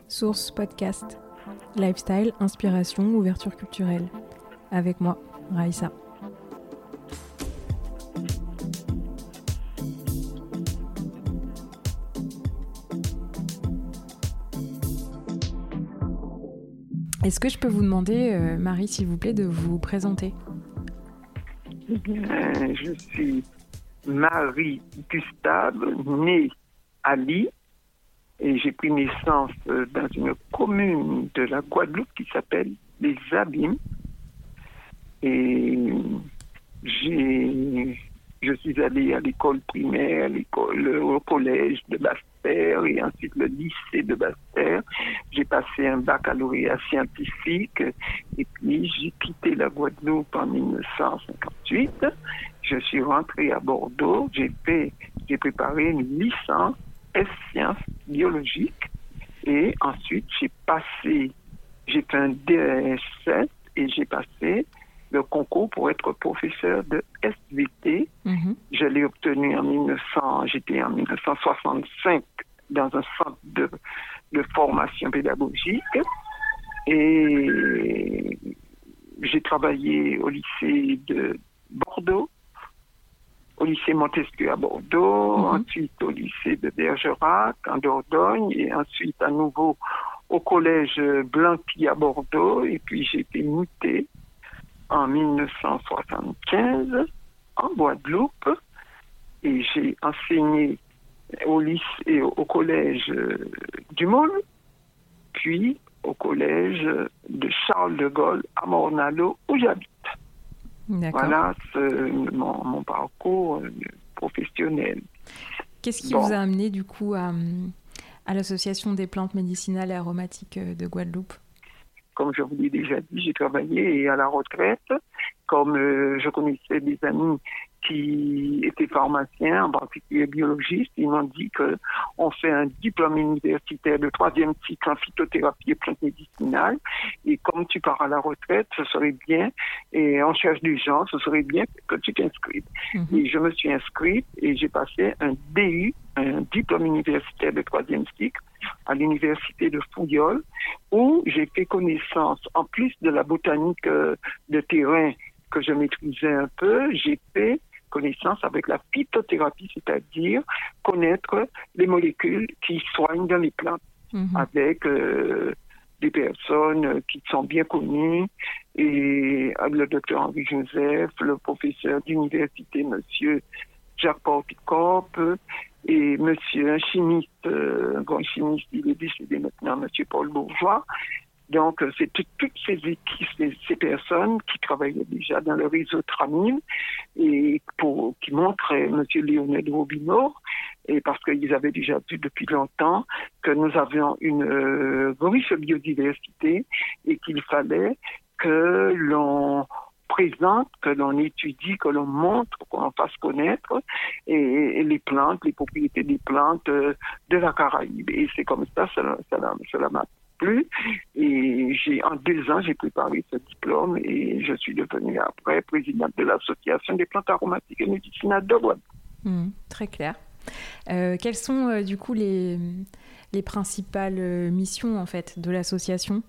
Source Podcast. Lifestyle, inspiration, ouverture culturelle. Avec moi, Raïssa. Est-ce que je peux vous demander, Marie, s'il vous plaît, de vous présenter ? Je suis Marie Gustave, née à Lille, et j'ai pris naissance dans une commune de la Guadeloupe qui s'appelle Les Abîmes. Et je suis allée à l'école primaire, au collège de Basse-Terre et ensuite le lycée de Basse-Terre. J'ai passé un baccalauréat scientifique et puis j'ai quitté la Guadeloupe en 1958. Je suis rentrée à Bordeaux. J'ai préparé une licence sciences biologiques et ensuite j'ai fait un DES7 et j'ai passé le concours pour être professeur de SVT. Je l'ai obtenu j'étais en 1965 dans un centre de formation pédagogique et j'ai travaillé au lycée de Bordeaux, au lycée Montesquieu à Bordeaux, ensuite au lycée de Bergerac en Dordogne et ensuite à nouveau au collège Blanqui à Bordeaux et puis j'ai été mutée en 1975 en Guadeloupe et j'ai enseigné au lycée, au collège du Môle, puis au collège de Charles de Gaulle à Morne-à-l'Eau où j'habite. D'accord. Voilà mon parcours professionnel. Qu'est-ce qui vous a amené du coup à l'Association des plantes médicinales et aromatiques de Guadeloupe ? Comme je vous l'ai déjà dit, j'ai travaillé à la retraite. Comme je connaissais des amis qui étaient pharmaciens, en particulier biologistes, ils m'ont dit qu'on fait un diplôme universitaire de 3e cycle en phytothérapie et plantes médicinales. Et comme tu pars à la retraite, ce serait bien, et on cherche des gens, ce serait bien que tu t'inscrives. Et je me suis inscrite et j'ai passé un DU, un diplôme universitaire de 3e cycle, à l'université de Fouillol, où j'ai fait connaissance, en plus de la botanique de terrain que je maîtrisais un peu, j'ai fait connaissance avec la phytothérapie, c'est-à-dire connaître les molécules qui soignent dans les plantes, avec des personnes qui sont bien connues, et le docteur Henri Joseph, le professeur d'université, monsieur Jacques Porticorp, et monsieur un chimiste, un grand chimiste, il est décédé maintenant, monsieur Paul Bourgeois. Donc, c'est toutes ces équipes, ces personnes qui travaillaient déjà dans le réseau Tramine et qui montraient M. Lionel Robineau, et parce qu'ils avaient déjà vu depuis longtemps que nous avions une riche biodiversité et qu'il fallait que l'on présente, que l'on étudie, que l'on montre, qu'on fasse connaître et les plantes, les propriétés des plantes de la Caraïbe. Et c'est comme ça, cela m'a plu. Et en 2 ans, j'ai préparé ce diplôme et je suis devenue après présidente de l'Association des plantes aromatiques et médicinales de Guadeloupe. Très clair. Quelles sont du coup les principales missions en fait de l'association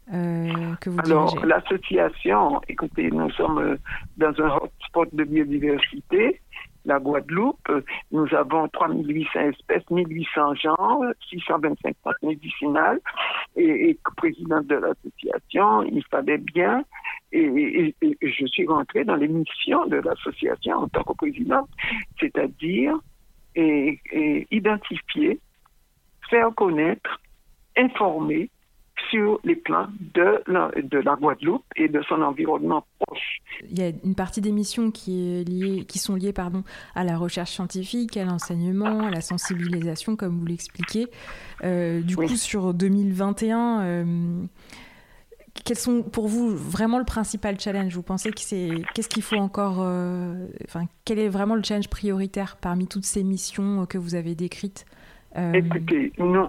que vous dirigez? Alors, l'association, écoutez, nous sommes dans un hotspot de biodiversité, la Guadeloupe. Nous avons 3800 espèces, 1800 genres, 625 plantes médicinales. Et présidente de l'association, il fallait bien, et je suis rentrée dans les missions de l'association en tant que présidente, c'est-à-dire identifier, faire connaître, informer sur les plantes de la Guadeloupe et de son environnement proche. Il y a une partie des missions qui sont liées à la recherche scientifique, à l'enseignement, à la sensibilisation, comme vous l'expliquez. Coup, sur 2021, quels sont pour vous vraiment le principal challenge ? Vous pensez qu'est-ce qu'il faut encore... quel est vraiment le challenge prioritaire parmi toutes ces missions que vous avez décrites ? Écoutez, nous,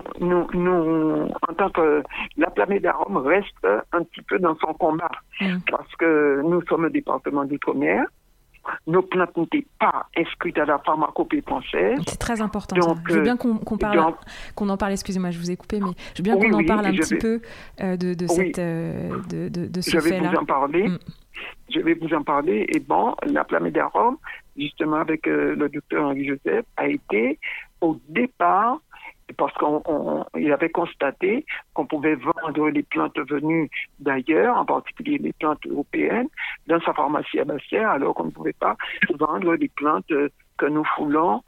en tant que la planète d'Arôme reste un petit peu dans son combat parce que nous sommes un département d'outre-mer nos plantes n'étaient pas inscrites à la pharmacopée française. C'est très important. Donc, ça. Je veux bien qu'on en parle, excusez-moi, je vous ai coupé, mais je veux bien qu'on en parle un petit peu de ce fait-là. Je vais vous en parler. Je vais vous en parler. Et bon, la Plamédarum, justement avec le docteur Henri Joseph, a été au départ, parce qu'il avait constaté qu'on pouvait vendre les plantes venues d'ailleurs, en particulier les plantes européennes, dans sa pharmacie à Basse-Terre, alors qu'on ne pouvait pas vendre les plantes que nous foulons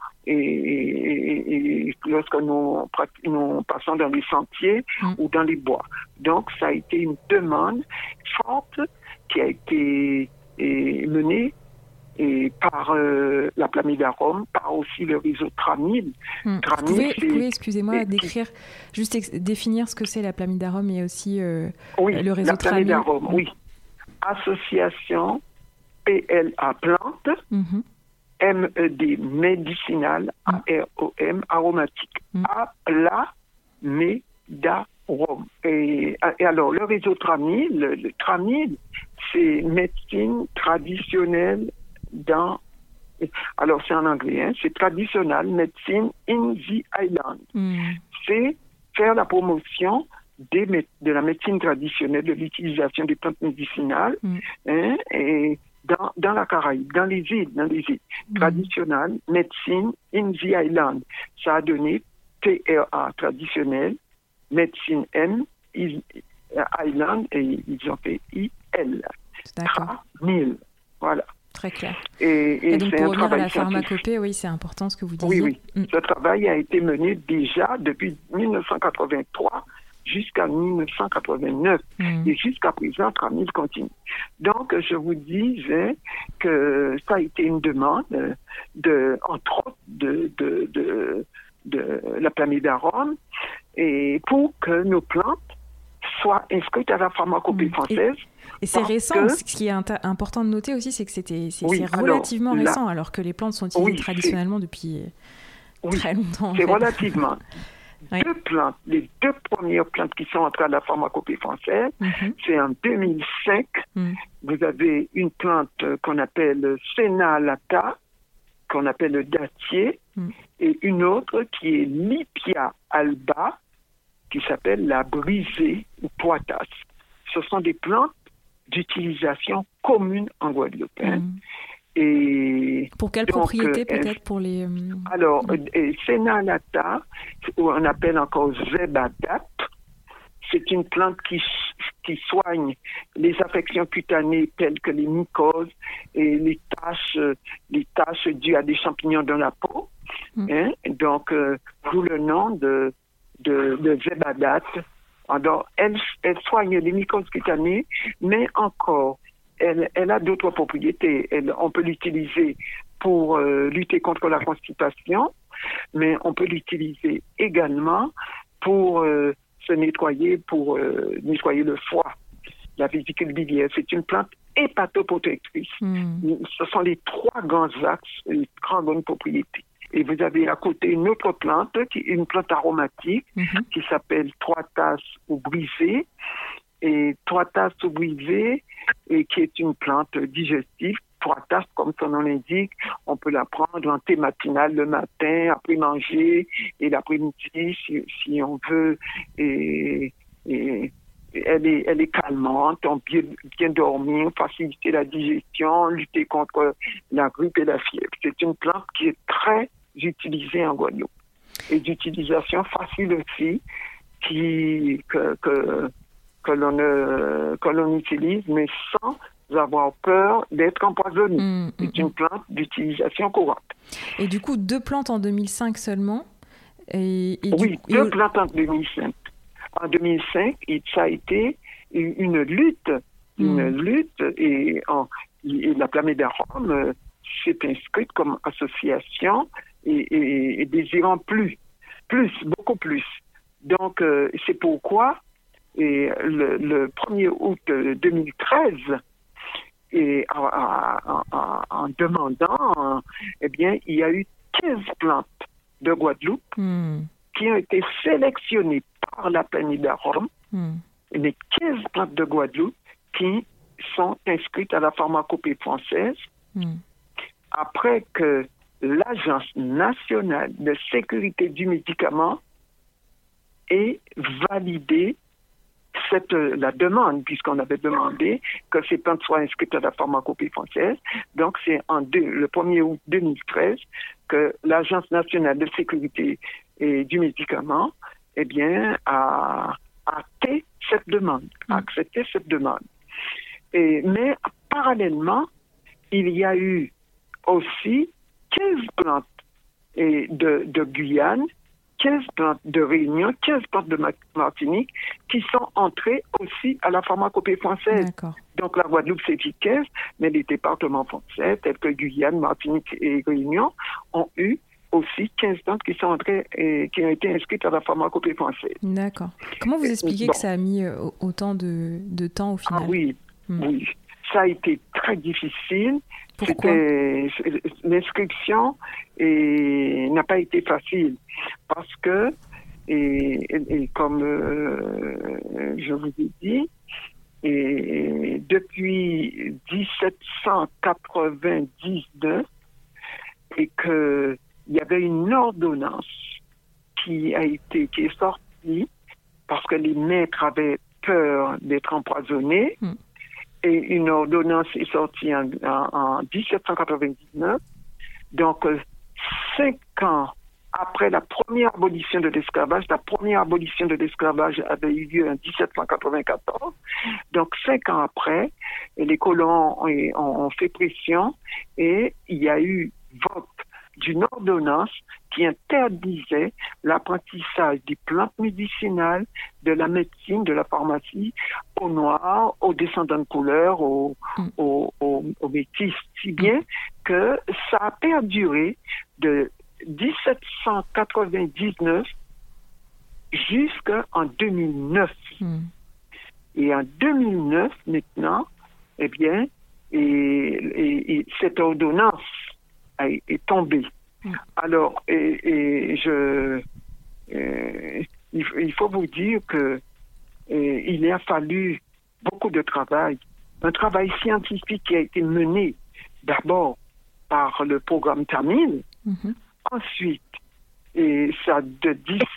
et lorsque nous passons dans les sentiers ou dans les bois. Donc, ça a été une demande forte qui a été menée par la Plamédarum, par aussi le réseau Tramil. Vous pouvez, excusez-moi, définir ce que c'est la Plamédarum et aussi le réseau Tramil. La Plamédarum, oui. Association PLA Plantes, MED médicinale, AROM, aromatique. Plamédarum. Et alors, le réseau Tramil, le Tramil, c'est médecine traditionnelle alors c'est en anglais, c'est Traditional Medicine in the Island. C'est faire la promotion de la médecine traditionnelle, de l'utilisation des plantes médicinales et dans la Caraïbe, dans les îles. Traditional Medicine in the Island. Ça a donné TRA, traditionnel, Medicine M, Island, et ils ont fait IL. Tramil. Voilà. Très clair. Et donc, pour revenir à la pharmacopée, oui, c'est important ce que vous disiez. Oui. Ce travail a été mené déjà depuis 1983 jusqu'à 1989. Et jusqu'à présent, Tramil continue. Donc, je vous disais que ça a été une demande, entre autres, de la Plamédarum, et pour que nos plantes soient inscrites à la pharmacopée française. Et c'est récent. Ce qui est important de noter aussi, c'est que c'est relativement récent, alors que les plantes sont utilisées traditionnellement depuis très longtemps. C'est relativement. Les deux premières plantes qui sont entrées à la pharmacopée française, c'est en 2005. Vous avez une plante qu'on appelle Senna lata, qu'on appelle le dattier, et une autre qui est Lipia alba, qui s'appelle la brisée ou poitasse. Ce sont des plantes d'utilisation commune en Guadeloupe. Et pour quelle propriété peut-être pour les... Alors, Senna lata, on appelle encore Zebadat, c'est une plante qui soigne les affections cutanées telles que les mycoses et les taches dues à des champignons dans la peau. Donc, d'où le nom de Zebadat. Alors, elle soigne les mycoses cutanées, mais encore, elle a d'autres propriétés. On peut l'utiliser pour lutter contre la constipation, mais on peut l'utiliser également pour se nettoyer, pour nettoyer le foie, la vésicule biliaire. C'est une plante hépatoprotectrice. Ce sont les trois grands axes, les grandes propriétés. Et vous avez à côté une autre plante, une plante aromatique, qui s'appelle trois tasses ou brisée. Et trois tasses ou brisée, et qui est une plante digestive. Trois tasses, comme son nom l'indique, on peut la prendre en thé matinal le matin, après manger, et l'après-midi, si on veut. Et elle est calmante, on peut bien dormir, faciliter la digestion, lutter contre la grippe et la fièvre. C'est une plante qui est très utilisée en Guadeloupe. Et d'utilisation facile aussi, que l'on utilise, mais sans avoir peur d'être empoisonné. C'est une plante d'utilisation courante. Et du coup, 2 plantes en 2005 seulement. Deux plantes en 2005. En 2005, ça a été une lutte, et la Plamédarum s'est inscrite comme association et désirant beaucoup plus. Donc, c'est pourquoi le 1er août 2013, et en demandant, il y a eu 15 plantes de Guadeloupe qui ont été sélectionnées par la Plamédarum, les 15 plantes de Guadeloupe qui sont inscrites à la pharmacopée française, après que l'Agence nationale de sécurité du médicament ait validé la demande, puisqu'on avait demandé que ces plantes soient inscrites à la pharmacopée française. Donc, c'est le 1er août 2013 que l'Agence nationale de sécurité du médicament, eh bien, a acté cette demande, a accepté cette demande. Mais parallèlement, il y a eu aussi 15 plantes de Guyane, 15 plantes de Réunion, 15 plantes de Martinique qui sont entrées aussi à la pharmacopée française. D'accord. Donc la Guadeloupe, c'est 15, mais les départements français, tels que Guyane, Martinique et Réunion, ont eu aussi 15 plantes qui sont entrées et qui ont été inscrites à la pharmacopée française. D'accord. Comment vous expliquez que ça a mis autant de temps au final? Ah oui, oui. Ça a été très difficile. Pourquoi? L'inscription n'a pas été facile parce que, et comme je vous ai dit, depuis 1799, et qu'il y avait une ordonnance qui est sortie parce que les maîtres avaient peur d'être empoisonnés. Et une ordonnance est sortie en 1799. Donc, 5 ans après la première abolition de l'esclavage, la première abolition de l'esclavage avait eu lieu en 1794. Donc, 5 ans après, les colons ont fait pression et il y a eu vote d'une ordonnance qui interdisait l'apprentissage des plantes médicinales, de la médecine, de la pharmacie, aux Noirs, aux descendants de couleur, aux métis, si bien que ça a perduré de 1799 jusqu'en 2009. Et en 2009, maintenant, eh bien, cette ordonnance est tombée. Alors, il faut vous dire que il a fallu beaucoup de travail, un travail scientifique qui a été mené d'abord par le programme Tamil, ensuite, et ça de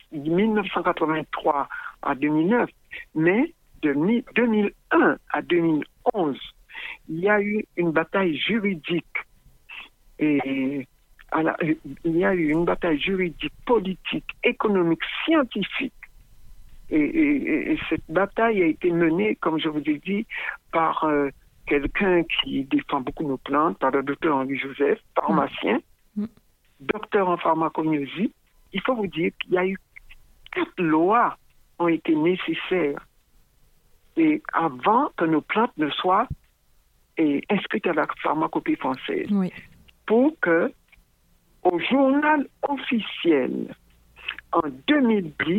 1983 à 2009, mais de 2001 à 2011, il y a eu une bataille juridique. Et il y a eu une bataille juridique, politique, économique, scientifique. Et cette bataille a été menée, comme je vous ai dit, par quelqu'un qui défend beaucoup nos plantes, par le docteur Henri Joseph, pharmacien, docteur en pharmacognosie. Il faut vous dire qu'il y a eu 4 lois qui ont été nécessaires et avant que nos plantes ne soient inscrites à la pharmacopée française. Oui. Pour que, au journal officiel, en 2010,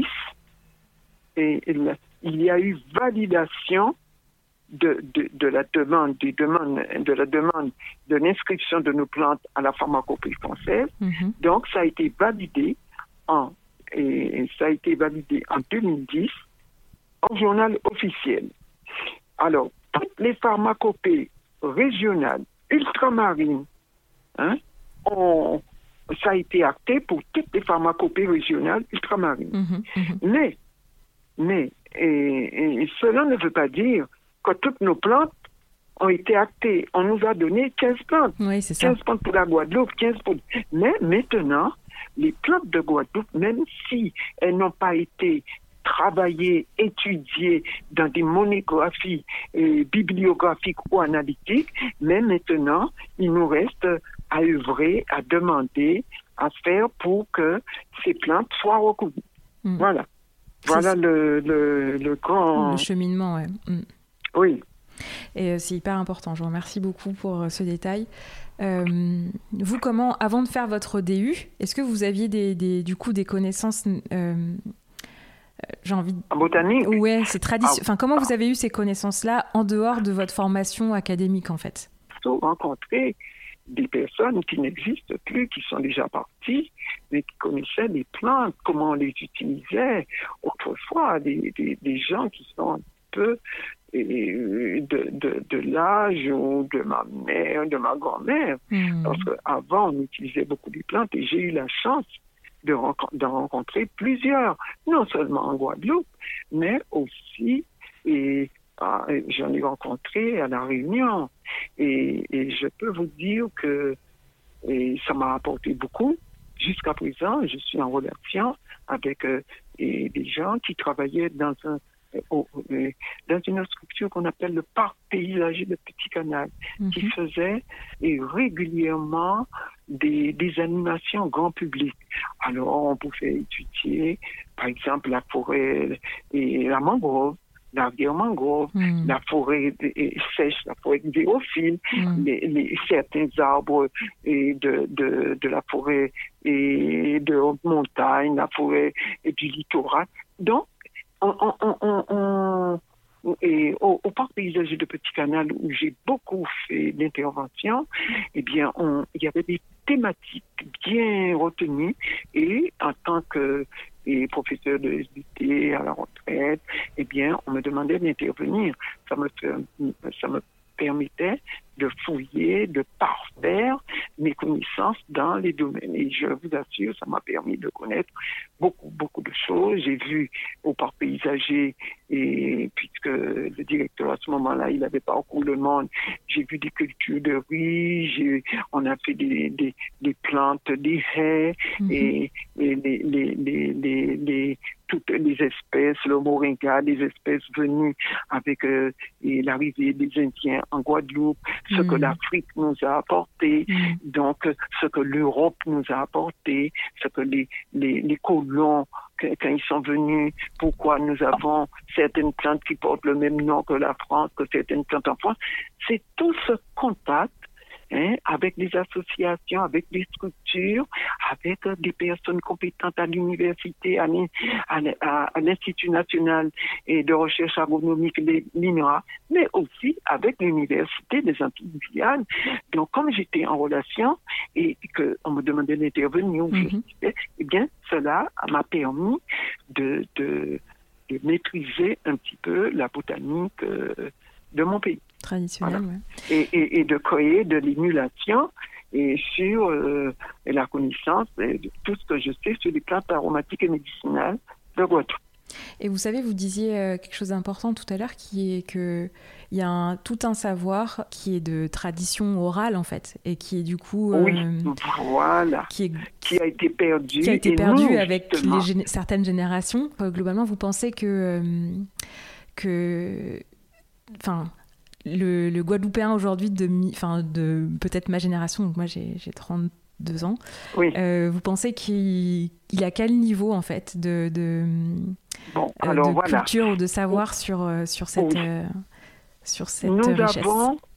il y a eu validation de la demande de l'inscription de nos plantes à la pharmacopée française. Donc, ça a été validé en 2010 au journal officiel. Alors, toutes les pharmacopées régionales, ultramarines, ça a été acté pour toutes les pharmacopées régionales ultramarines. Mais cela ne veut pas dire que toutes nos plantes ont été actées. On nous a donné 15 plantes. Oui, c'est ça. 15 plantes pour la Guadeloupe, 15 pour... Mais maintenant, les plantes de Guadeloupe, même si elles n'ont pas été travaillées, étudiées dans des monographies bibliographiques ou analytiques, mais maintenant, il nous reste à œuvrer, à demander, à faire pour que ces plantes soient reconnues. Voilà. Voilà le grand... Le cheminement, oui. Oui. Et c'est hyper important. Je vous remercie beaucoup pour ce détail. Vous, avant de faire votre DU, est-ce que vous aviez du coup des connaissances en botanique? Ouais, c'est traditionnel. Enfin, comment vous avez eu ces connaissances-là en dehors de votre formation académique, en fait? J'ai rencontré des personnes qui n'existent plus, qui sont déjà parties, mais qui connaissaient les plantes, comment on les utilisait autrefois, des gens qui sont un peu de l'âge ou de ma mère, de ma grand-mère. Parce qu'avant, on utilisait beaucoup de plantes et j'ai eu la chance d'en rencontrer plusieurs, non seulement en Guadeloupe, mais aussi, j'en ai rencontré à La Réunion. Et je peux vous dire que ça m'a apporté beaucoup. Jusqu'à présent, je suis en relation avec des gens qui travaillaient dans une structure qu'on appelle le parc paysager de Petit Canal, qui faisait régulièrement des animations grand public. Alors, on pouvait étudier, par exemple, la forêt et la mangrove, la rivière mangrove, la forêt sèche, la forêt xérophile, certains arbres de la forêt et de haute montagne, la forêt du littoral. Donc, au parc paysager de Petit Canal, où j'ai beaucoup fait d'interventions, eh bien, il y avait des thématiques bien retenues, et en tant que professeur de SVT à la retraite, eh bien, on me demandait d'intervenir. Ça me permettait de fouiller, de parfaire mes connaissances dans les domaines. Et je vous assure, ça m'a permis de connaître beaucoup de choses. J'ai vu au parc paysager, et puisque le directeur à ce moment-là, il avait parcouru le monde, j'ai vu des cultures de riz, on a fait des plantes, des haies, et toutes les espèces, le moringa, des espèces venues avec l'arrivée des Indiens en Guadeloupe, ce que l'Afrique nous a apporté, donc ce que l'Europe nous a apporté, ce que les colons, quand ils sont venus, pourquoi nous avons certaines plantes qui portent le même nom que la France, que certaines plantes en France. C'est tout ce contact avec des associations, avec des structures, avec des personnes compétentes à l'université, à l'Institut national de recherche agronomique, l'INRA, mais aussi avec l'Université des Antilles. Donc, comme j'étais en relation et qu'on me demandait d'intervenir, eh bien, cela m'a permis de maîtriser un petit peu la botanique de mon pays. Traditionnel, voilà. Et de créer de l'émulation et sur la connaissance de tout ce que je sais sur les plantes aromatiques et médicinales de Guadeloupe. Et vous savez, vous disiez quelque chose d'important tout à l'heure, qui est qu'il y a tout un savoir qui est de tradition orale, en fait, et qui est du coup... voilà, qui a été perdu. Qui a été perdu avec certaines générations. Globalement, vous pensez que le Guadeloupéen aujourd'hui, de peut-être ma génération, donc moi j'ai 32 ans, vous pensez qu'il a quel niveau en fait de culture ou de savoir sur cette richesse?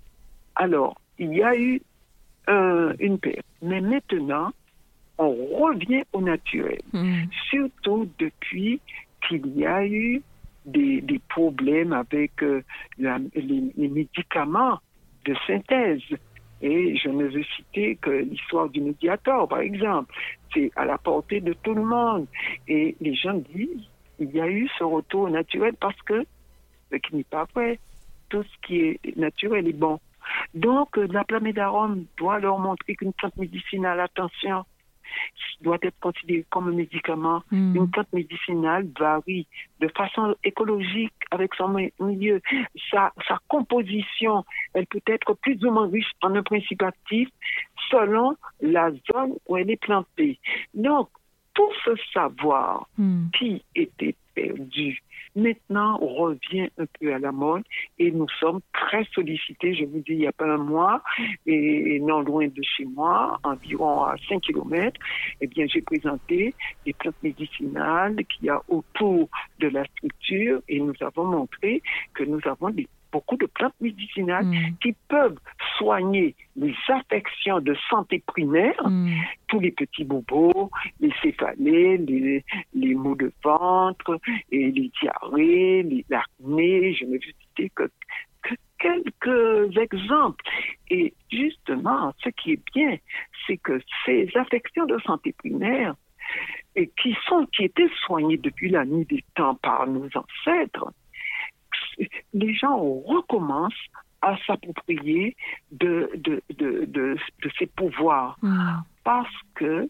Il y a eu une perte, mais maintenant on revient au naturel, surtout depuis qu'il y a eu des problèmes avec les médicaments de synthèse. Et je ne veux citer que l'histoire du Mediator, par exemple. C'est à la portée de tout le monde. Et les gens disent il y a eu ce retour au naturel parce que, ce qui n'est pas vrai, tout ce qui est naturel est bon. Donc, la plamédarome doit leur montrer qu'une plante médicinale, attention, doit être considérée comme un médicament. Une plante médicinale varie de façon écologique avec son milieu. Sa composition, elle peut être plus ou moins riche en un principe actif selon la zone où elle est plantée. Donc, tout ce savoir qui était perdu, maintenant revient un peu à la mode et nous sommes très sollicités. Je vous dis, il n'y a pas un mois, et non loin de chez moi, environ à 5 km, eh bien, j'ai présenté des plantes médicinales qu'il y a autour de la structure et nous avons montré que nous avons beaucoup de plantes médicinales qui peuvent soigner les affections de santé primaire, tous les petits bobos, les céphalées, les maux de ventre, et les diarrhées, l'acné, je ne vais citer que quelques exemples. Et justement, ce qui est bien, c'est que ces affections de santé primaire, qui étaient soignées depuis la nuit des temps par nos ancêtres, les gens recommencent à s'approprier de ces pouvoirs parce que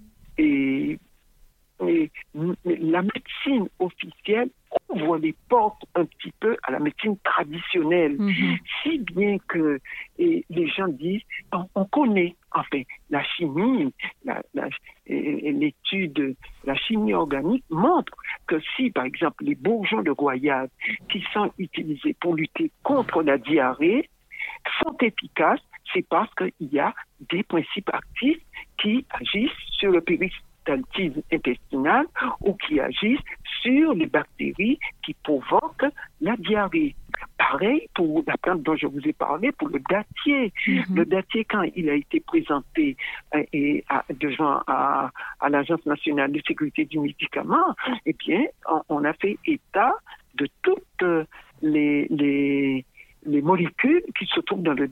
la médecine officielle ouvre les portes un petit peu à la médecine traditionnelle, si bien que les gens disent, on connaît, enfin, la chimie, l'étude, la chimie organique montre que si, par exemple, les bourgeons de goyave qui sont utilisés pour lutter contre la diarrhée sont efficaces, c'est parce qu'il y a des principes actifs qui agissent sur le péristaltisme intestinal ou qui agissent sur les bactéries qui provoquent la diarrhée. Pareil pour la plante dont je vous ai parlé, pour le dattier. Le dattier, quand il a été présenté devant à l'Agence nationale de sécurité du médicament, eh bien, on a fait état de toutes les molécules qui se trouvent dans le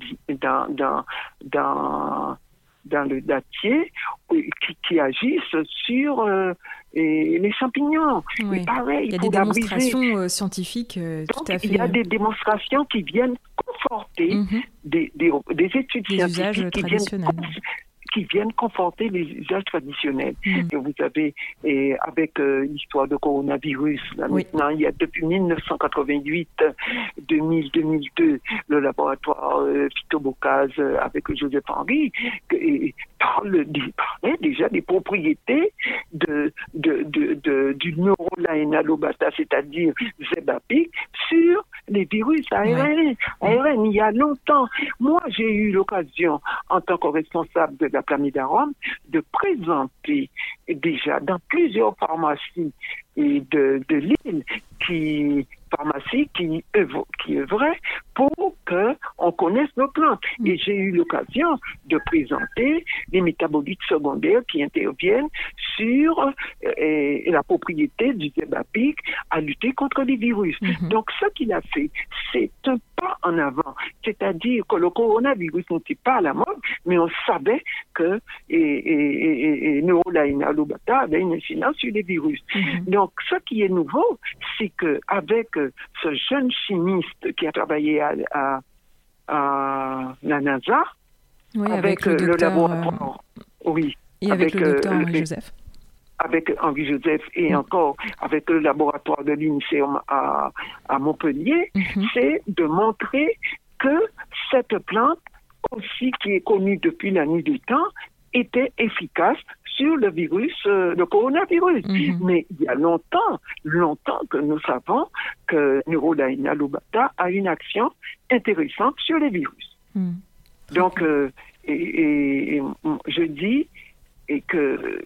dattier qui agissent sur les champignons. Oui. Et pareil, il y a des démonstrations scientifiques tout à fait. Il y a des démonstrations qui viennent conforter des études des usages traditionnels. Qui viennent conforter les usages traditionnels. Et vous avez, avec l'histoire de coronavirus, là, maintenant, il y a depuis 1988, 2002, le laboratoire Phytobocase avec Joseph Henry parlait déjà des propriétés du Neurolaena lobata, c'est-à-dire Zebapic, sur les virus ARN. Il y a longtemps. Moi, j'ai eu l'occasion, en tant que responsable de la Plamidarum, de présenter déjà dans plusieurs pharmacies de l'île qui œuvrait pour qu'on connaisse nos plantes. Et j'ai eu l'occasion de présenter les métabolites secondaires qui interviennent sur la propriété du Zebapic à lutter contre les virus. Donc, ce qu'il a fait, c'est un pas en avant. C'est-à-dire que le coronavirus n'était pas à la mode, mais on savait que Neurolaena lobata avait une incidence sur les virus. Donc, ce qui est nouveau, c'est qu'avec ce jeune chimiste qui a travaillé à la NASA, avec le laboratoire, et avec le docteur Henri-Joseph. Avec Henri-Joseph et encore avec le laboratoire de l'INSERM à Montpellier, c'est de montrer que cette plante, aussi qui est connue depuis la nuit des temps, était efficace sur le virus, le coronavirus. Mais il y a longtemps que nous savons que Neurolaena lobata a une action intéressante sur les virus. Donc, je dis que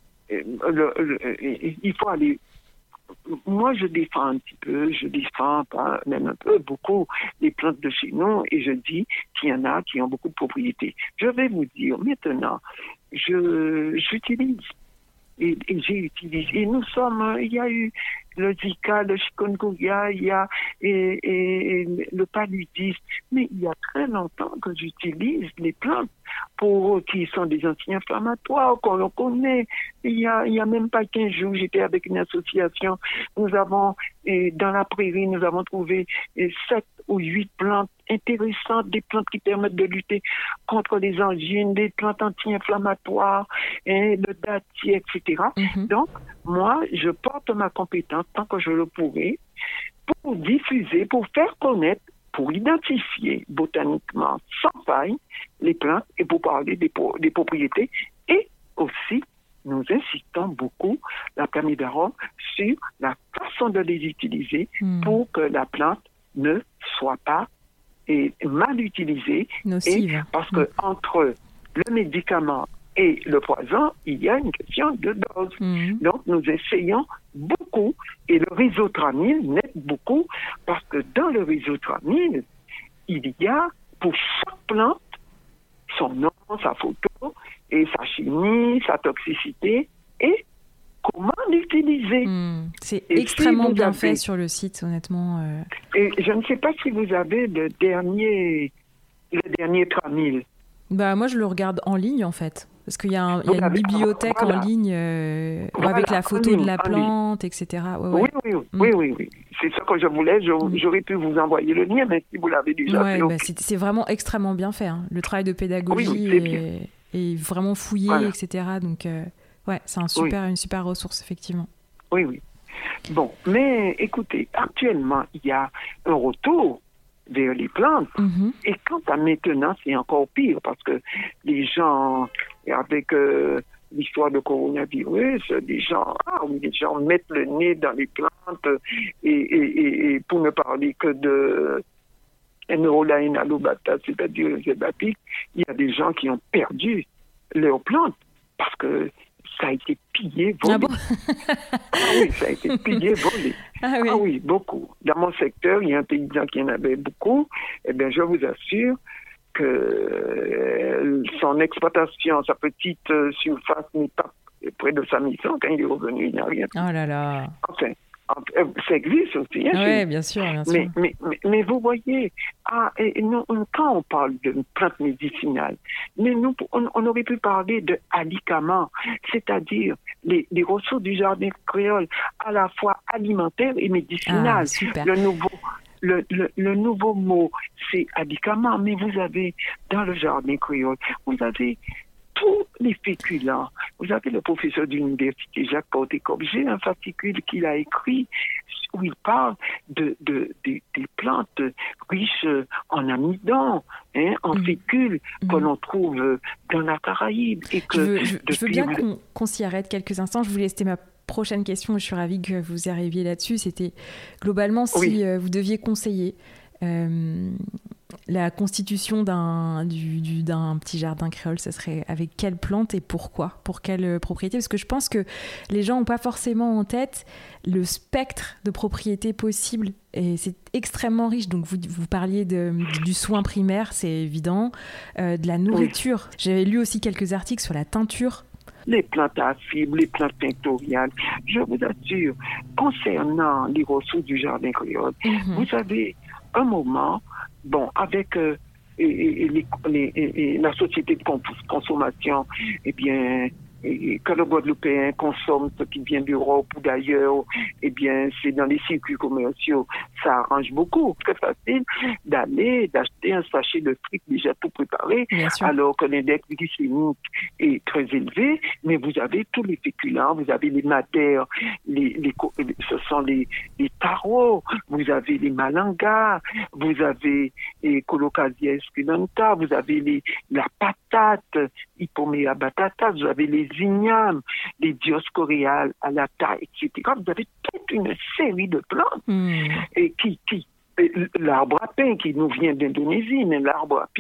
il faut aller. Moi, je défends même un peu, beaucoup les plantes de chez nous et je dis qu'il y en a qui ont beaucoup de propriétés. Je vais vous dire, maintenant, j'utilise et j'ai utilisé. Et il y a eu le Zika, le chikungunya, il y a le paludisme. Mais il y a très longtemps que j'utilise les plantes qui sont des anti-inflammatoires, qu'on le connaît. Il y a même pas 15 jours, j'étais avec une association. Nous avons, dans la prairie, nous avons trouvé 7 ou 8 plantes intéressantes, des plantes qui permettent de lutter contre les angines, des plantes anti-inflammatoires, le dattier, etc. Donc, moi, je porte ma compétence tant que je le pourrai pour diffuser, pour faire connaître, pour identifier botaniquement sans faille les plantes et pour parler des propriétés. Et aussi, nous insistons beaucoup, la Plamidarum, sur la façon de les utiliser pour que la plante ne soit pas mal utilisée. Nocive. Parce que entre le médicament et le poison, il y a une question de dose. Donc, nous essayons beaucoup, et le Rhizotramil n'aide beaucoup, parce que dans le Rhizotramil, il y a pour chaque plante son nom, sa photo, et sa chimie, sa toxicité, et comment l'utiliser. C'est extrêmement bien fait sur le site, honnêtement. Et je ne sais pas si vous avez le dernier Tramil. Moi, je le regarde en ligne, en fait. Parce qu'il y a une bibliothèque en ligne avec la photo de la plante, etc. Ouais. Oui. C'est ça que je voulais. J'aurais pu vous envoyer le lien, mais si vous l'avez déjà fait. C'est vraiment extrêmement bien fait. Hein. Le travail de pédagogie est vraiment fouillé, etc. Donc, c'est une super ressource, effectivement. Oui. Bon, mais écoutez, actuellement, il y a un retour vers les plantes. Et quant à maintenant, c'est encore pire parce que les gens, avec l'histoire de coronavirus, les gens mettent le nez dans les plantes et pour ne parler que de Enrolaena lobata, c'est-à-dire les zébapiques, il y a des gens qui ont perdu leurs plantes parce que ça a été pillé, volé. Ah bon? Oui, ça a été pillé, volé. Ah oui, beaucoup. Dans mon secteur, il y a un paysan qui en avait beaucoup. Eh bien, je vous assure que son exploitation, sa petite surface n'est pas près de sa mission. Quand il est revenu, il n'y a rien. Oh là là. Enfin, ça existe aussi. Oui, bien sûr. Mais vous voyez, quand on parle de plantes médicinales, mais on aurait pu parler de alicaments, c'est-à-dire les ressources du jardin créole, à la fois alimentaires et médicinales. Super. Le nouveau mot, c'est alicament, mais vous avez, dans le jardin créole, vous avez tous les féculents. Vous avez le professeur d'université, Jacques Porté-Cobgé, un fascicule qu'il a écrit où il parle des plantes riches en amidon, en fécule que l'on trouve dans la Caraïbe. Et que je veux bien qu'on s'y arrête quelques instants. Je voulais c'était ma prochaine question. Je suis ravie que vous arriviez là-dessus. C'était globalement si vous deviez conseiller la constitution d'un petit jardin créole, ce serait avec quelle plante et pourquoi? Pour quelle propriété? Parce que je pense que les gens n'ont pas forcément en tête le spectre de propriétés possibles et c'est extrêmement riche. Donc vous parliez du soin primaire, c'est évident, de la nourriture. J'avais lu aussi quelques articles sur la teinture. Les plantes à fibres, les plantes tinctoriales. Je vous assure, concernant les ressources du jardin créole, vous avez un moment, avec la société de consommation, eh bien, quand le Guadeloupéen consomme ce qui vient d'Europe ou d'ailleurs, eh bien, c'est dans les circuits commerciaux, ça arrange beaucoup. C'est très facile d'acheter un sachet de frites déjà tout préparé, alors que l'index glycémique est très élevé, mais vous avez tous les féculents, vous avez les madères, ce sont les taros, vous avez les malangas, vous avez les colocasia esculenta, vous avez la patate, Hippomea batata, vous avez les ignames, les dioscoréales à la taille, etc. Vous avez toute une série de plantes et l'arbre à pain qui nous vient d'Indonésie, mais l'arbre à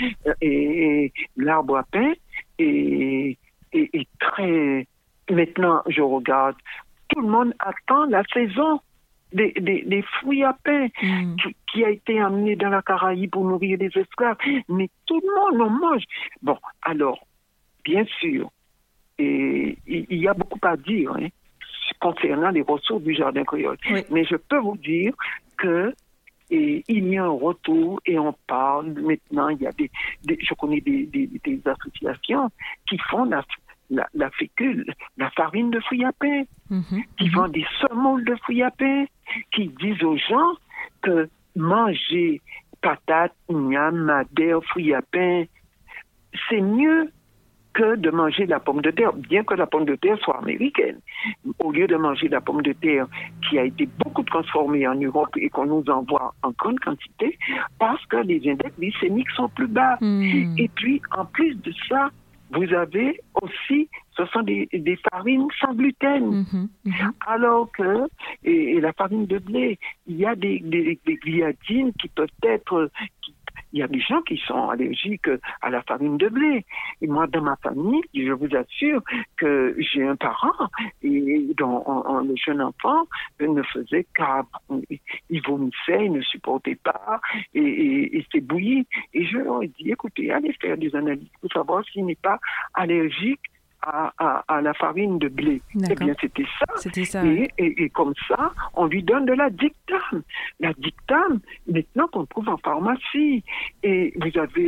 pain est très... Maintenant, je regarde, tout le monde attend la saison des fruits à pain qui a été amené dans la Caraïbe pour nourrir les esclaves, mais tout le monde en mange. Bon, alors, bien sûr, et il y a beaucoup à dire concernant les ressources du jardin créole. Oui. Mais je peux vous dire que il y a un retour et on parle maintenant. Il y a je connais des associations qui font la fécule, la farine de fruits à pain, qui font des semoules de fruits à pain, qui disent aux gens que manger patates, ignames, madère, fruits à pain, c'est mieux que de manger la pomme de terre, bien que la pomme de terre soit américaine. Au lieu de manger la pomme de terre qui a été beaucoup transformée en Europe et qu'on nous envoie en grande quantité, parce que les index glycémiques sont plus bas. Et puis, en plus de ça, vous avez aussi, ce sont des farines sans gluten. Alors que, et la farine de blé, il y a des gliadines qui peuvent être... Il y a des gens qui sont allergiques à la farine de blé. Et moi, dans ma famille, je vous assure que j'ai un parent dont le jeune enfant ne faisait il vomissait, il ne supportait pas et c'est bouilli. Et je leur ai dit, écoutez, allez faire des analyses pour savoir s'il n'est pas allergique à la farine de blé. D'accord. Eh bien, c'était ça. Et comme ça, on lui donne de la dictame. La dictame, maintenant qu'on trouve en pharmacie. Et vous avez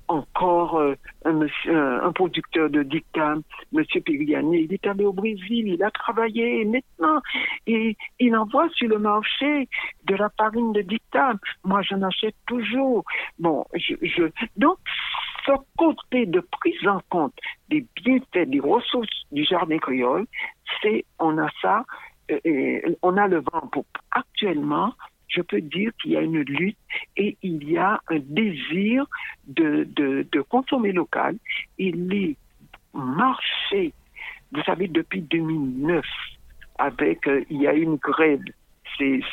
encore un producteur de dictames, M. Périani, il est allé au Brésil, il a travaillé, et maintenant, et il envoie sur le marché de la farine de dictame. Moi, j'en achète toujours. Bon, donc, ce côté de prise en compte des bienfaits, des ressources du jardin créole, on a ça, on a le vent en poupe. Actuellement, je peux dire qu'il y a une lutte et il y a un désir de consommer local. Et les marchés, vous savez, depuis 2009, il y a une grève. C'est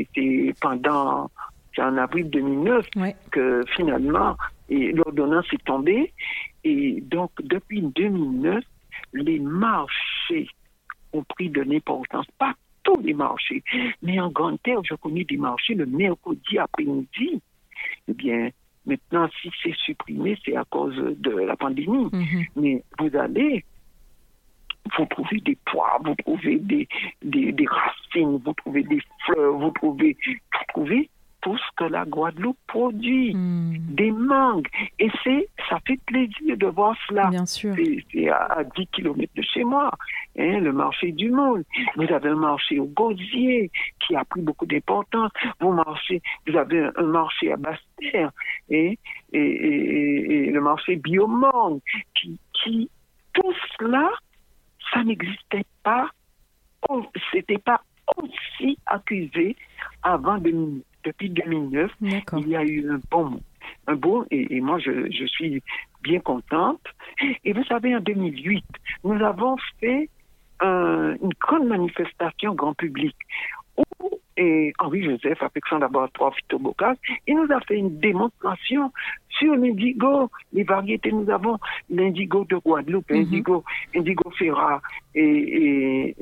en avril 2009 que finalement l'ordonnance est tombée. Et donc, depuis 2009, les marchés ont pris de l'importance. Pas tous les marchés. Mais en Grande Terre, je connais des marchés le mercredi après-midi. Eh bien, maintenant, si c'est supprimé, c'est à cause de la pandémie. Mm-hmm. Mais vous trouvez des poires, vous trouvez des racines, vous trouvez des fleurs, vous trouvez tout ce que la Guadeloupe produit, des mangues. Et ça fait plaisir de voir cela. Bien sûr. C'est à 10 km de chez moi, le marché du monde. Vous avez un marché au Gosier qui a pris beaucoup d'importance. Vous avez un marché à Basse-Terre et le marché Biomonde qui tout cela, ça n'existait pas. C'était pas aussi accusé avant 2009. Depuis 2009, D'accord. Il y a eu un bon, et moi je suis bien contente. Et vous savez, en 2008, nous avons fait une grande manifestation grand public où Henri Joseph, affection laboratoire Phytobocas, il nous a fait une démonstration sur l'indigo, les variétés. Nous avons l'indigo de Guadeloupe, indigo Ferra et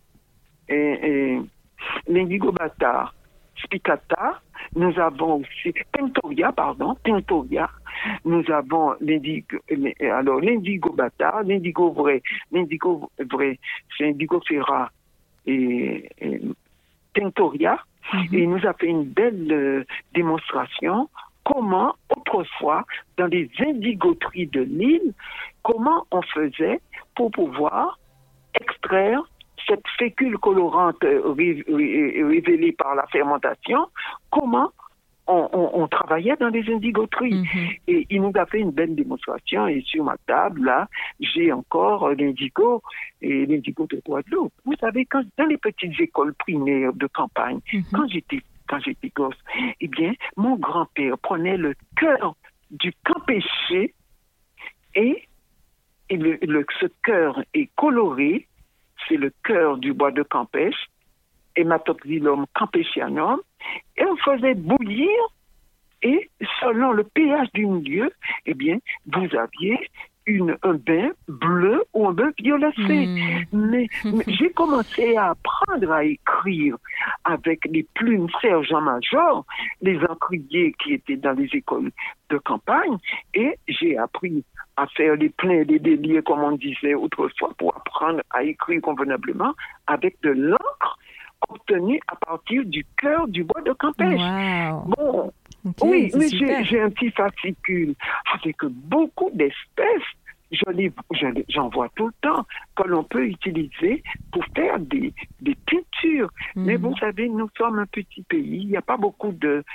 l'indigo bâtard. Spicata, nous avons aussi Tintoria, nous avons l'indigo bâtard, l'indigo vrai, c'est indigo ferra et Tintoria, et il nous a fait une belle démonstration comment autrefois, dans les indigoteries de l'île, comment on faisait pour pouvoir extraire cette fécule colorante révélée par la fermentation, comment on travaillait dans les indigoteries. Mm-hmm. Et il nous a fait une belle démonstration. Et sur ma table, là, j'ai encore l'indigo et l'indigo de Guadeloupe. Vous savez, dans les petites écoles primaires de campagne, quand j'étais gosse, eh bien, mon grand-père prenait le cœur du campéché et ce cœur est coloré. C'est le cœur du bois de campèche, Hematoxylum campéchianum, et on faisait bouillir, et selon le pH du milieu, eh bien, vous aviez un bain bleu ou un bain violacé. Mais j'ai commencé à apprendre à écrire avec les plumes sergent-major, les encriers qui étaient dans les écoles de campagne, et j'ai appris à faire les pleins et les déliés, comme on disait autrefois, pour apprendre à écrire convenablement avec de l'encre obtenue à partir du cœur du bois de campèche. Wow. Bon, okay, oui, mais super. j'ai un petit fascicule avec beaucoup d'espèces. J'en vois tout le temps que l'on peut utiliser pour faire des peintures. Mais vous savez, nous sommes un petit pays. Il n'y a pas beaucoup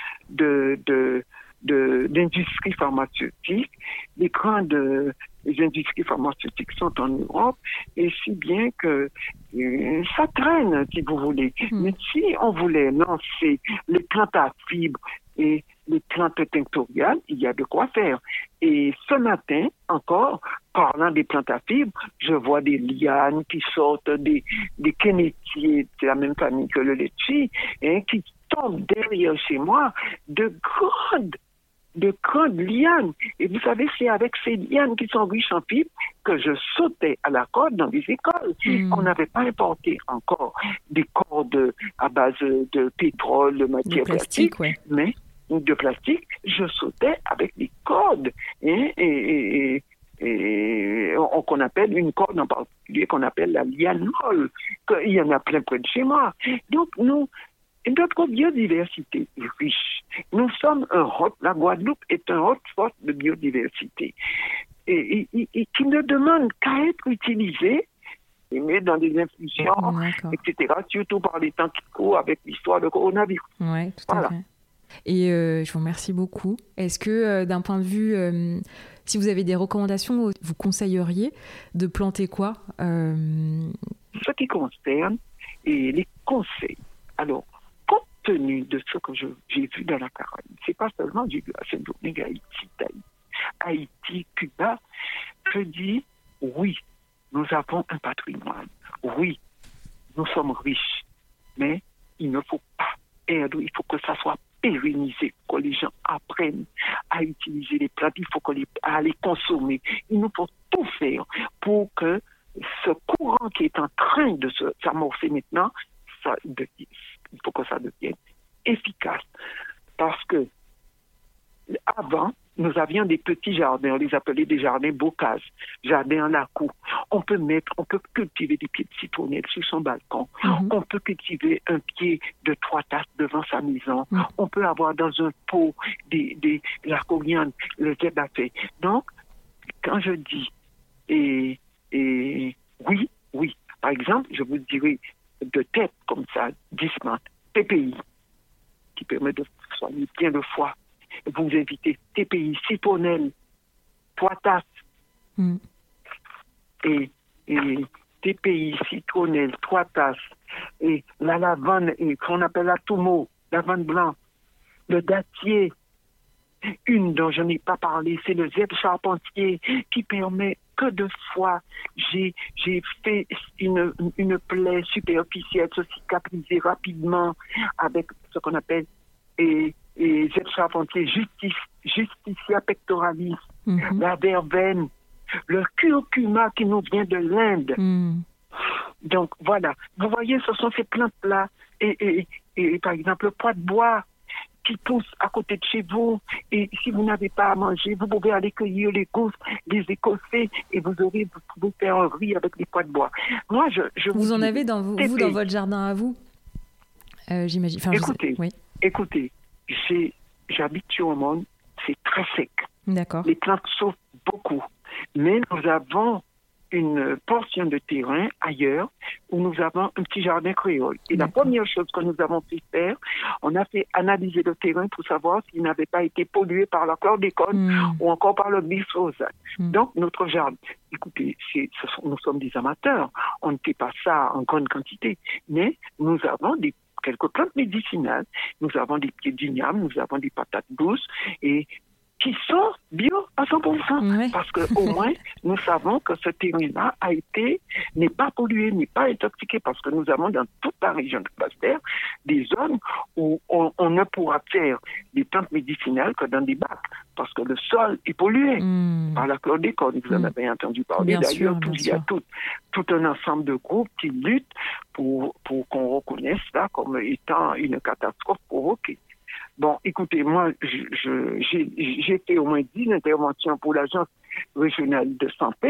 d'industries pharmaceutiques. Les grandes industries pharmaceutiques sont en Europe, et si bien que ça traîne, si vous voulez. Mais si on voulait lancer les plantes à fibres et les plantes tinctoriales, il y a de quoi faire. Et ce matin, encore, parlant des plantes à fibres, je vois des lianes qui sortent des kénétiers, c'est la même famille que le litchi, qui tombent derrière chez moi de grandes lianes. Et vous savez, c'est avec ces lianes qui sont riches en fibres que je sautais à la corde dans les écoles. On n'avait pas importé encore des cordes à base de pétrole, de matière plastique, mais de plastique, je sautais avec des cordes qu'on appelle une corde en particulier qu'on appelle la liane molle. Il y en a plein près de chez moi. Donc notre biodiversité est riche. La Guadeloupe est un hotspot de biodiversité et qui ne demande qu'à être utilisé et mis dans des infusions, etc., surtout par les temps qui courent avec l'histoire de coronavirus. Oui, tout à fait. Et je vous remercie beaucoup. Est-ce que d'un point de vue, si vous avez des recommandations, vous conseilleriez de planter quoi Ce qui concerne les conseils. Alors, compte tenu de ce que j'ai vu dans la Caraïbe, c'est pas seulement j'ai vu à cette journée Haïti, Cuba, je dis oui, nous avons un patrimoine. Oui, nous sommes riches, mais il ne faut pas perdre, il faut que ça soit pérennisé, que les gens apprennent à utiliser les plantes, il faut à les consommer. Il nous faut tout faire pour que ce courant qui est en train de s'amorcer maintenant, il faut que ça devienne efficace. Parce que avant, nous avions des petits jardins, on les appelait des jardins bocage, jardins en la-cour. On peut cultiver des pieds de citronnelle sur son balcon. On peut cultiver un pied de 3 tasses devant sa maison. On peut avoir dans un pot la coriandre, le zébafé. Donc, quand je dis oui, par exemple, je vous dirais de tête comme ça, 10 menthes, TPI, qui permet de soigner bien le foie. Vous invitez TPI, citronnelle, 3 tasses. Et TPI, citronnelle, 3 tasses. Et la lavande, qu'on appelle la toumo, lavande blanche. Le dattier, une dont je n'ai pas parlé, c'est le zèbre charpentier, qui permet que de fois j'ai fait une plaie superficielle se cicatriser rapidement avec ce qu'on appelle zèbre charpentier, Justicia pectoralis, la verveine, le curcuma qui nous vient de l'Inde. Donc voilà, vous voyez, ce sont ces plantes-là. Et par exemple, le pois de bois qui pousse à côté de chez vous. Et si vous n'avez pas à manger, vous pouvez aller cueillir les gousses, les écossais, et vous pouvez faire un riz avec des pois de bois. Moi, vous en avez dans votre jardin à vous, j'imagine. Enfin, écoutez, j'habite sur un monde, c'est très sec. D'accord. Les plantes souffrent beaucoup. Mais nous avons une portion de terrain ailleurs où nous avons un petit jardin créole. Et la première chose que nous avons fait faire, on a fait analyser le terrain pour savoir s'il n'avait pas été pollué par la chlordécone ou encore par le glyphosate. Donc, notre jardin, écoutez, nous sommes des amateurs. On ne fait pas ça en grande quantité. Mais nous avons quelques plantes médicinales. Nous avons des pieds d'igname, nous avons des patates douces et qui sont bio à 100%. Parce qu'au moins, nous savons que ce terrain-là n'est pas pollué, n'est pas intoxiqué, parce que nous avons dans toute la région de Basse-Terre des zones où on ne pourra faire des plantes médicinales que dans des bacs, parce que le sol est pollué par la chlordécone. Vous en avez entendu parler. D'ailleurs, il y a tout un ensemble de groupes qui luttent pour qu'on reconnaisse ça comme étant une catastrophe provoquée. Bon, écoutez, moi, j'ai fait au moins 10 interventions pour l'Agence régionale de santé,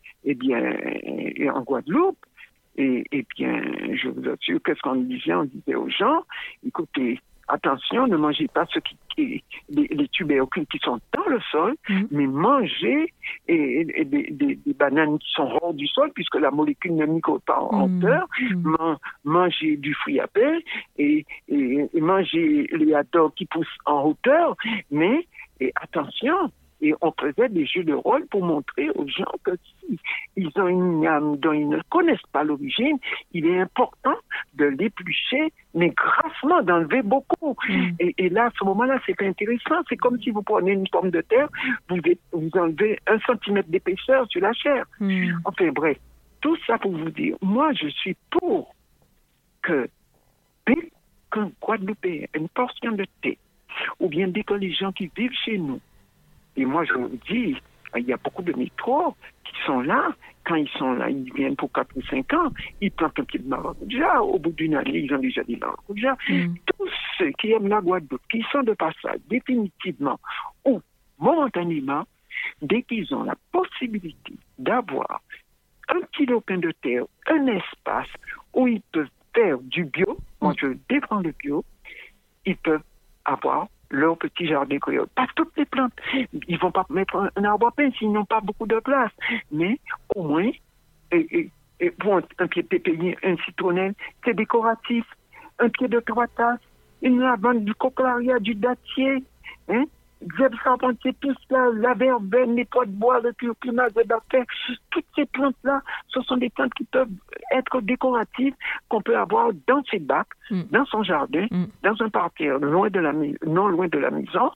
en Guadeloupe. Et bien, je vous assure, qu'est-ce qu'on disait? On disait aux gens, écoutez, attention, ne mangez pas les tubercules qui sont dans le sol, mais mangez des bananes qui sont hors du sol, puisque la molécule ne migre pas en hauteur. Mangez du fruit à pain et mangez les haddock qui poussent en hauteur, mais attention. Et on faisait des jeux de rôle pour montrer aux gens que si ils ont une âme dont ils ne connaissent pas l'origine, il est important de l'éplucher, mais grassement, d'enlever beaucoup. Et là, à ce moment-là, c'est intéressant. C'est comme si vous prenez une pomme de terre, vous enlevez 1 centimètre d'épaisseur sur la chair. Enfin bref, tout ça pour vous dire, moi, je suis pour qu'un Guadeloupéen, une portion de thé, ou bien dès que les gens qui vivent chez nous, et moi, je vous dis, il y a beaucoup de métros qui sont là. Quand ils sont là, ils viennent pour 4 ou 5 ans. Ils plantent un pied de maracuja. Au bout d'une année, ils ont déjà des maracujas. Tous ceux qui aiment la Guadeloupe, qui sont de passage définitivement ou momentanément, dès qu'ils ont la possibilité d'avoir un petit lopin de terre, un espace où ils peuvent faire du bio, moi je défends le bio, ils peuvent avoir leur petit jardin créole. Pas toutes les plantes. Ils vont pas mettre un arbre à pain s'ils n'ont pas beaucoup de place. Mais au moins, pour un pied de pépinier, un citronnelle, c'est décoratif. Un pied de trois tasses, une lavande, du cochlearia, du dattier, hein? Zèbre charpentier, tout cela, la verveine, les pois de bois, le curcuma, le bactère, toutes ces plantes-là, ce sont des plantes qui peuvent être décoratives, qu'on peut avoir dans ses bacs, dans son jardin, dans un parterre, non loin de la maison,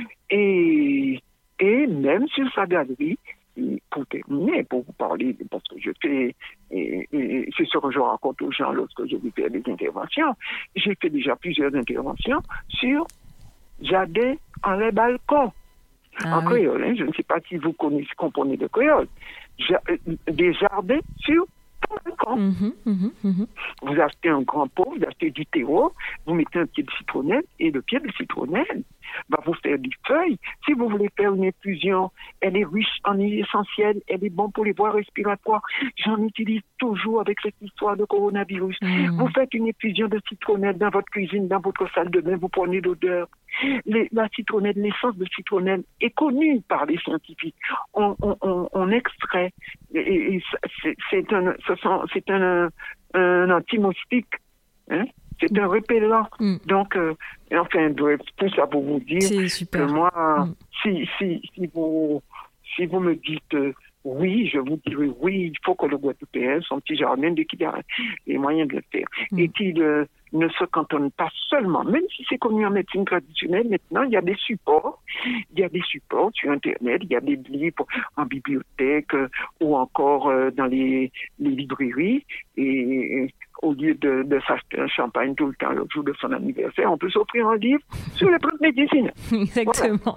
et même sur sa galerie. Et pour terminer, pour vous parler, parce que je fais, et c'est ce que je raconte aux gens lorsque je vais faire des interventions, j'ai fait déjà plusieurs interventions sur jardin en les balcons. En créole, hein, je ne sais pas si vous comprenez le créole. Des jardins sur balcon. Vous achetez un grand pot, vous achetez du terreau, vous mettez un pied de citronnelle et le pied de citronnelle va vous faire des feuilles. Si vous voulez faire une infusion, elle est riche en huile essentielle, elle est bonne pour les voies respiratoires. J'en utilise toujours avec cette histoire de coronavirus. Vous faites une infusion de citronnelle dans votre cuisine, dans votre salle de bain, vous prenez l'odeur. La citronnelle, l'essence de citronnelle est connue par les scientifiques. On extrait, et c'est un antimoustique, hein? C'est un repellent. Donc, enfin, bref, tout ça pour vous dire que moi, si vous me dites oui, je vous dirai oui, il faut que le Guadeloupéen, son petit jardin, dès qu'il a les moyens de le faire, et qu'il ne se cantonne pas seulement, même si c'est connu en médecine traditionnelle, maintenant, il y a des supports sur Internet, il y a des livres en bibliothèque ou encore dans les librairies, et au lieu de s'acheter un champagne tout le temps le jour de son anniversaire, on peut s'offrir un livre sur les plantes médicinales. Exactement.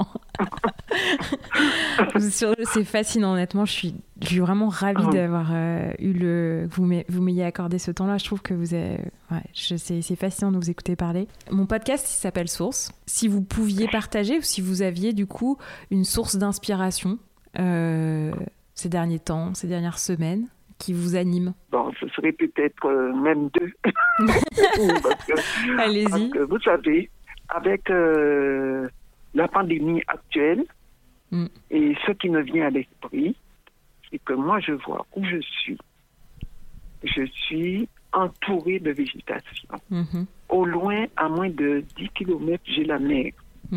C'est fascinant, honnêtement. Je suis vraiment ravie d'avoir vous m'ayez accordé ce temps-là. Je trouve que c'est fascinant de vous écouter parler. Mon podcast, il s'appelle Source. Si vous pouviez partager ou si vous aviez du coup une source d'inspiration ces derniers temps, ces dernières semaines, qui vous anime? Bon, ce serait peut-être même deux. Allez-y. Parce que vous savez, avec la pandémie actuelle, et ce qui me vient à l'esprit, c'est que moi, je vois où je suis. Je suis entourée de végétation. Au loin, à moins de 10 km, j'ai la mer.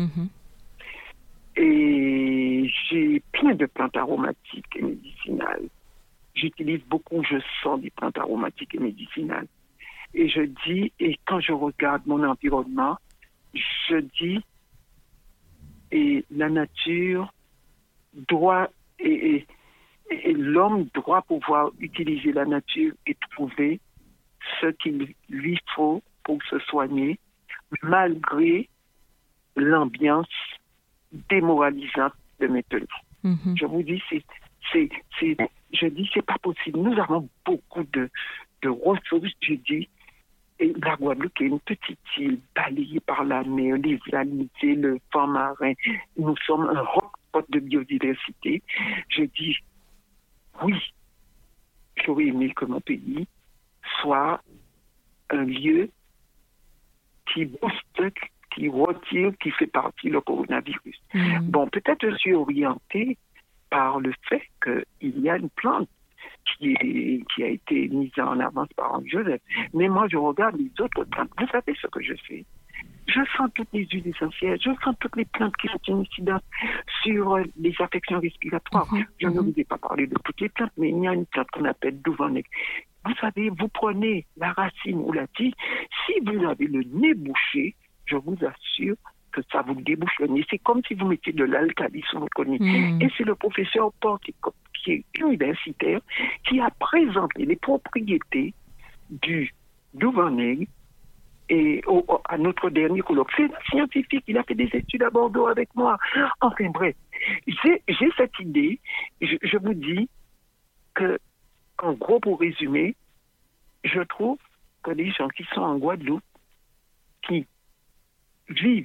Et j'ai plein de plantes aromatiques et médicinales. J'utilise beaucoup, je sens des plantes aromatiques et médicinales. Et je dis, et quand je regarde mon environnement, je dis, et la nature doit, et l'homme doit pouvoir utiliser la nature et trouver ce qu'il lui faut pour se soigner, malgré l'ambiance démoralisante de maintenant. Je vous dis, je dis, c'est pas possible. Nous avons beaucoup de ressources, je dis, et la Guadeloupe est une petite île balayée par la mer, les amitiés, le fond marin. Nous sommes un hotspot de biodiversité. Je dis, oui, j'aurais aimé que mon pays soit un lieu qui booste, qui retire, qui fait partie le coronavirus. Bon, peut-être je suis orientée par le fait qu'il y a une plante qui a été mise en avance par Henri-Joseph. Mais moi, je regarde les autres plantes. Vous savez ce que je fais? Je sens toutes les huiles essentielles, je sens toutes les plantes qui ont une incidence sur les affections respiratoires. Je ne vous ai pas parlé de toutes les plantes, mais il y a une plante qu'on appelle Douvernec. Vous savez, vous prenez la racine ou la tige, si vous avez le nez bouché, je vous assure que ça vous débouche le nez. C'est comme si vous mettiez de l'alcali sur votre nez. Et c'est le professeur Porte, qui est universitaire, qui a présenté les propriétés du Douvernec et à notre dernier colloque. C'est un scientifique, il a fait des études à Bordeaux avec moi. Enfin bref, j'ai cette idée, je vous dis que, en gros, pour résumer, je trouve que les gens qui sont en Guadeloupe, qui vivent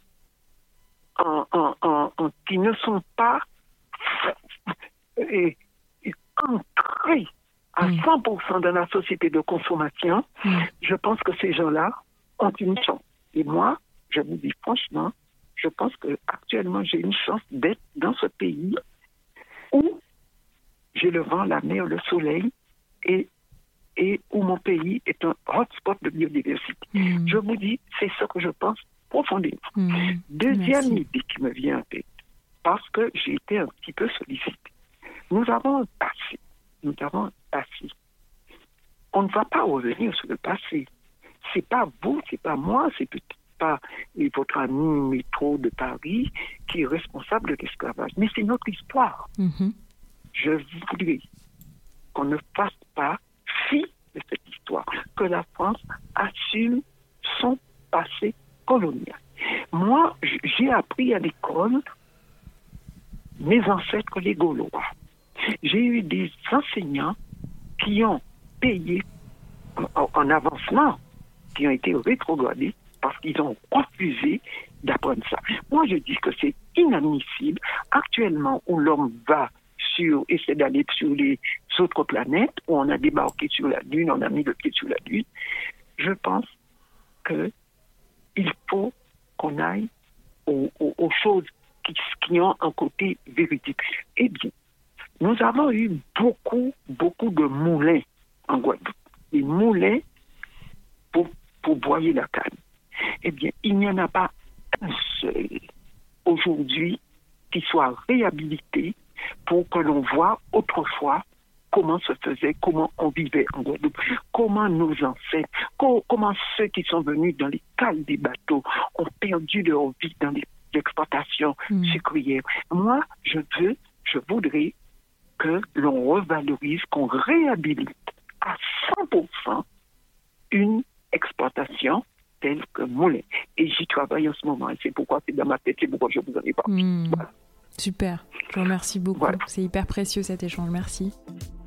qui ne sont pas ancrés à 100% dans la société de consommation, je pense que ces gens-là ont une chance. Et moi, je vous dis franchement, je pense qu'actuellement, j'ai une chance d'être dans ce pays où j'ai le vent, la mer, le soleil et où mon pays est un hotspot de biodiversité. Je vous dis, c'est ce que je pense profondément. Deuxième idée qui me vient en tête, parce que j'ai été un petit peu sollicitée. Nous avons un passé. On ne va pas revenir sur le passé. C'est pas vous, c'est pas moi, c'est peut-être pas votre ami métro de Paris qui est responsable de l'esclavage, mais c'est notre histoire. Je voudrais qu'on ne fasse pas fi de cette histoire, que la France assume son passé colonial. Moi, j'ai appris à l'école mes ancêtres les Gaulois. J'ai eu des enseignants qui ont payé en avancement, qui ont été rétrogradés parce qu'ils ont refusé d'apprendre ça. Moi, je dis que c'est inadmissible. Actuellement, où l'homme essaie d'aller sur les autres planètes, où on a débarqué sur la Lune, on a mis le pied sur la Lune, je pense qu'il faut qu'on aille aux choses qui ont un côté véridique. Eh bien, nous avons eu beaucoup de moulins en Guadeloupe. Des moulins pour broyer la canne. Eh bien, il n'y en a pas un seul aujourd'hui qui soit réhabilité pour que l'on voit autrefois comment se faisait, comment on vivait en Guadeloupe, comment nos ancêtres, comment ceux qui sont venus dans les cales des bateaux ont perdu leur vie dans les exploitations sucrières. Moi, je voudrais que l'on revalorise, qu'on réhabilite à 100% une exploitation telle que Moulin. Et j'y travaille en ce moment. Et c'est pourquoi c'est dans ma tête, c'est pourquoi je vous en ai parlé. Voilà. Super. Je vous remercie beaucoup. Voilà. C'est hyper précieux cet échange. Merci.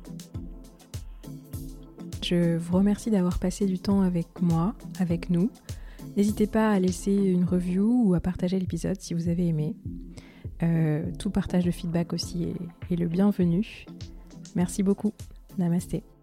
Je vous remercie d'avoir passé du temps avec moi, avec nous. N'hésitez pas à laisser une review ou à partager l'épisode si vous avez aimé. Tout partage de feedback aussi est le bienvenu. Merci beaucoup. Namasté.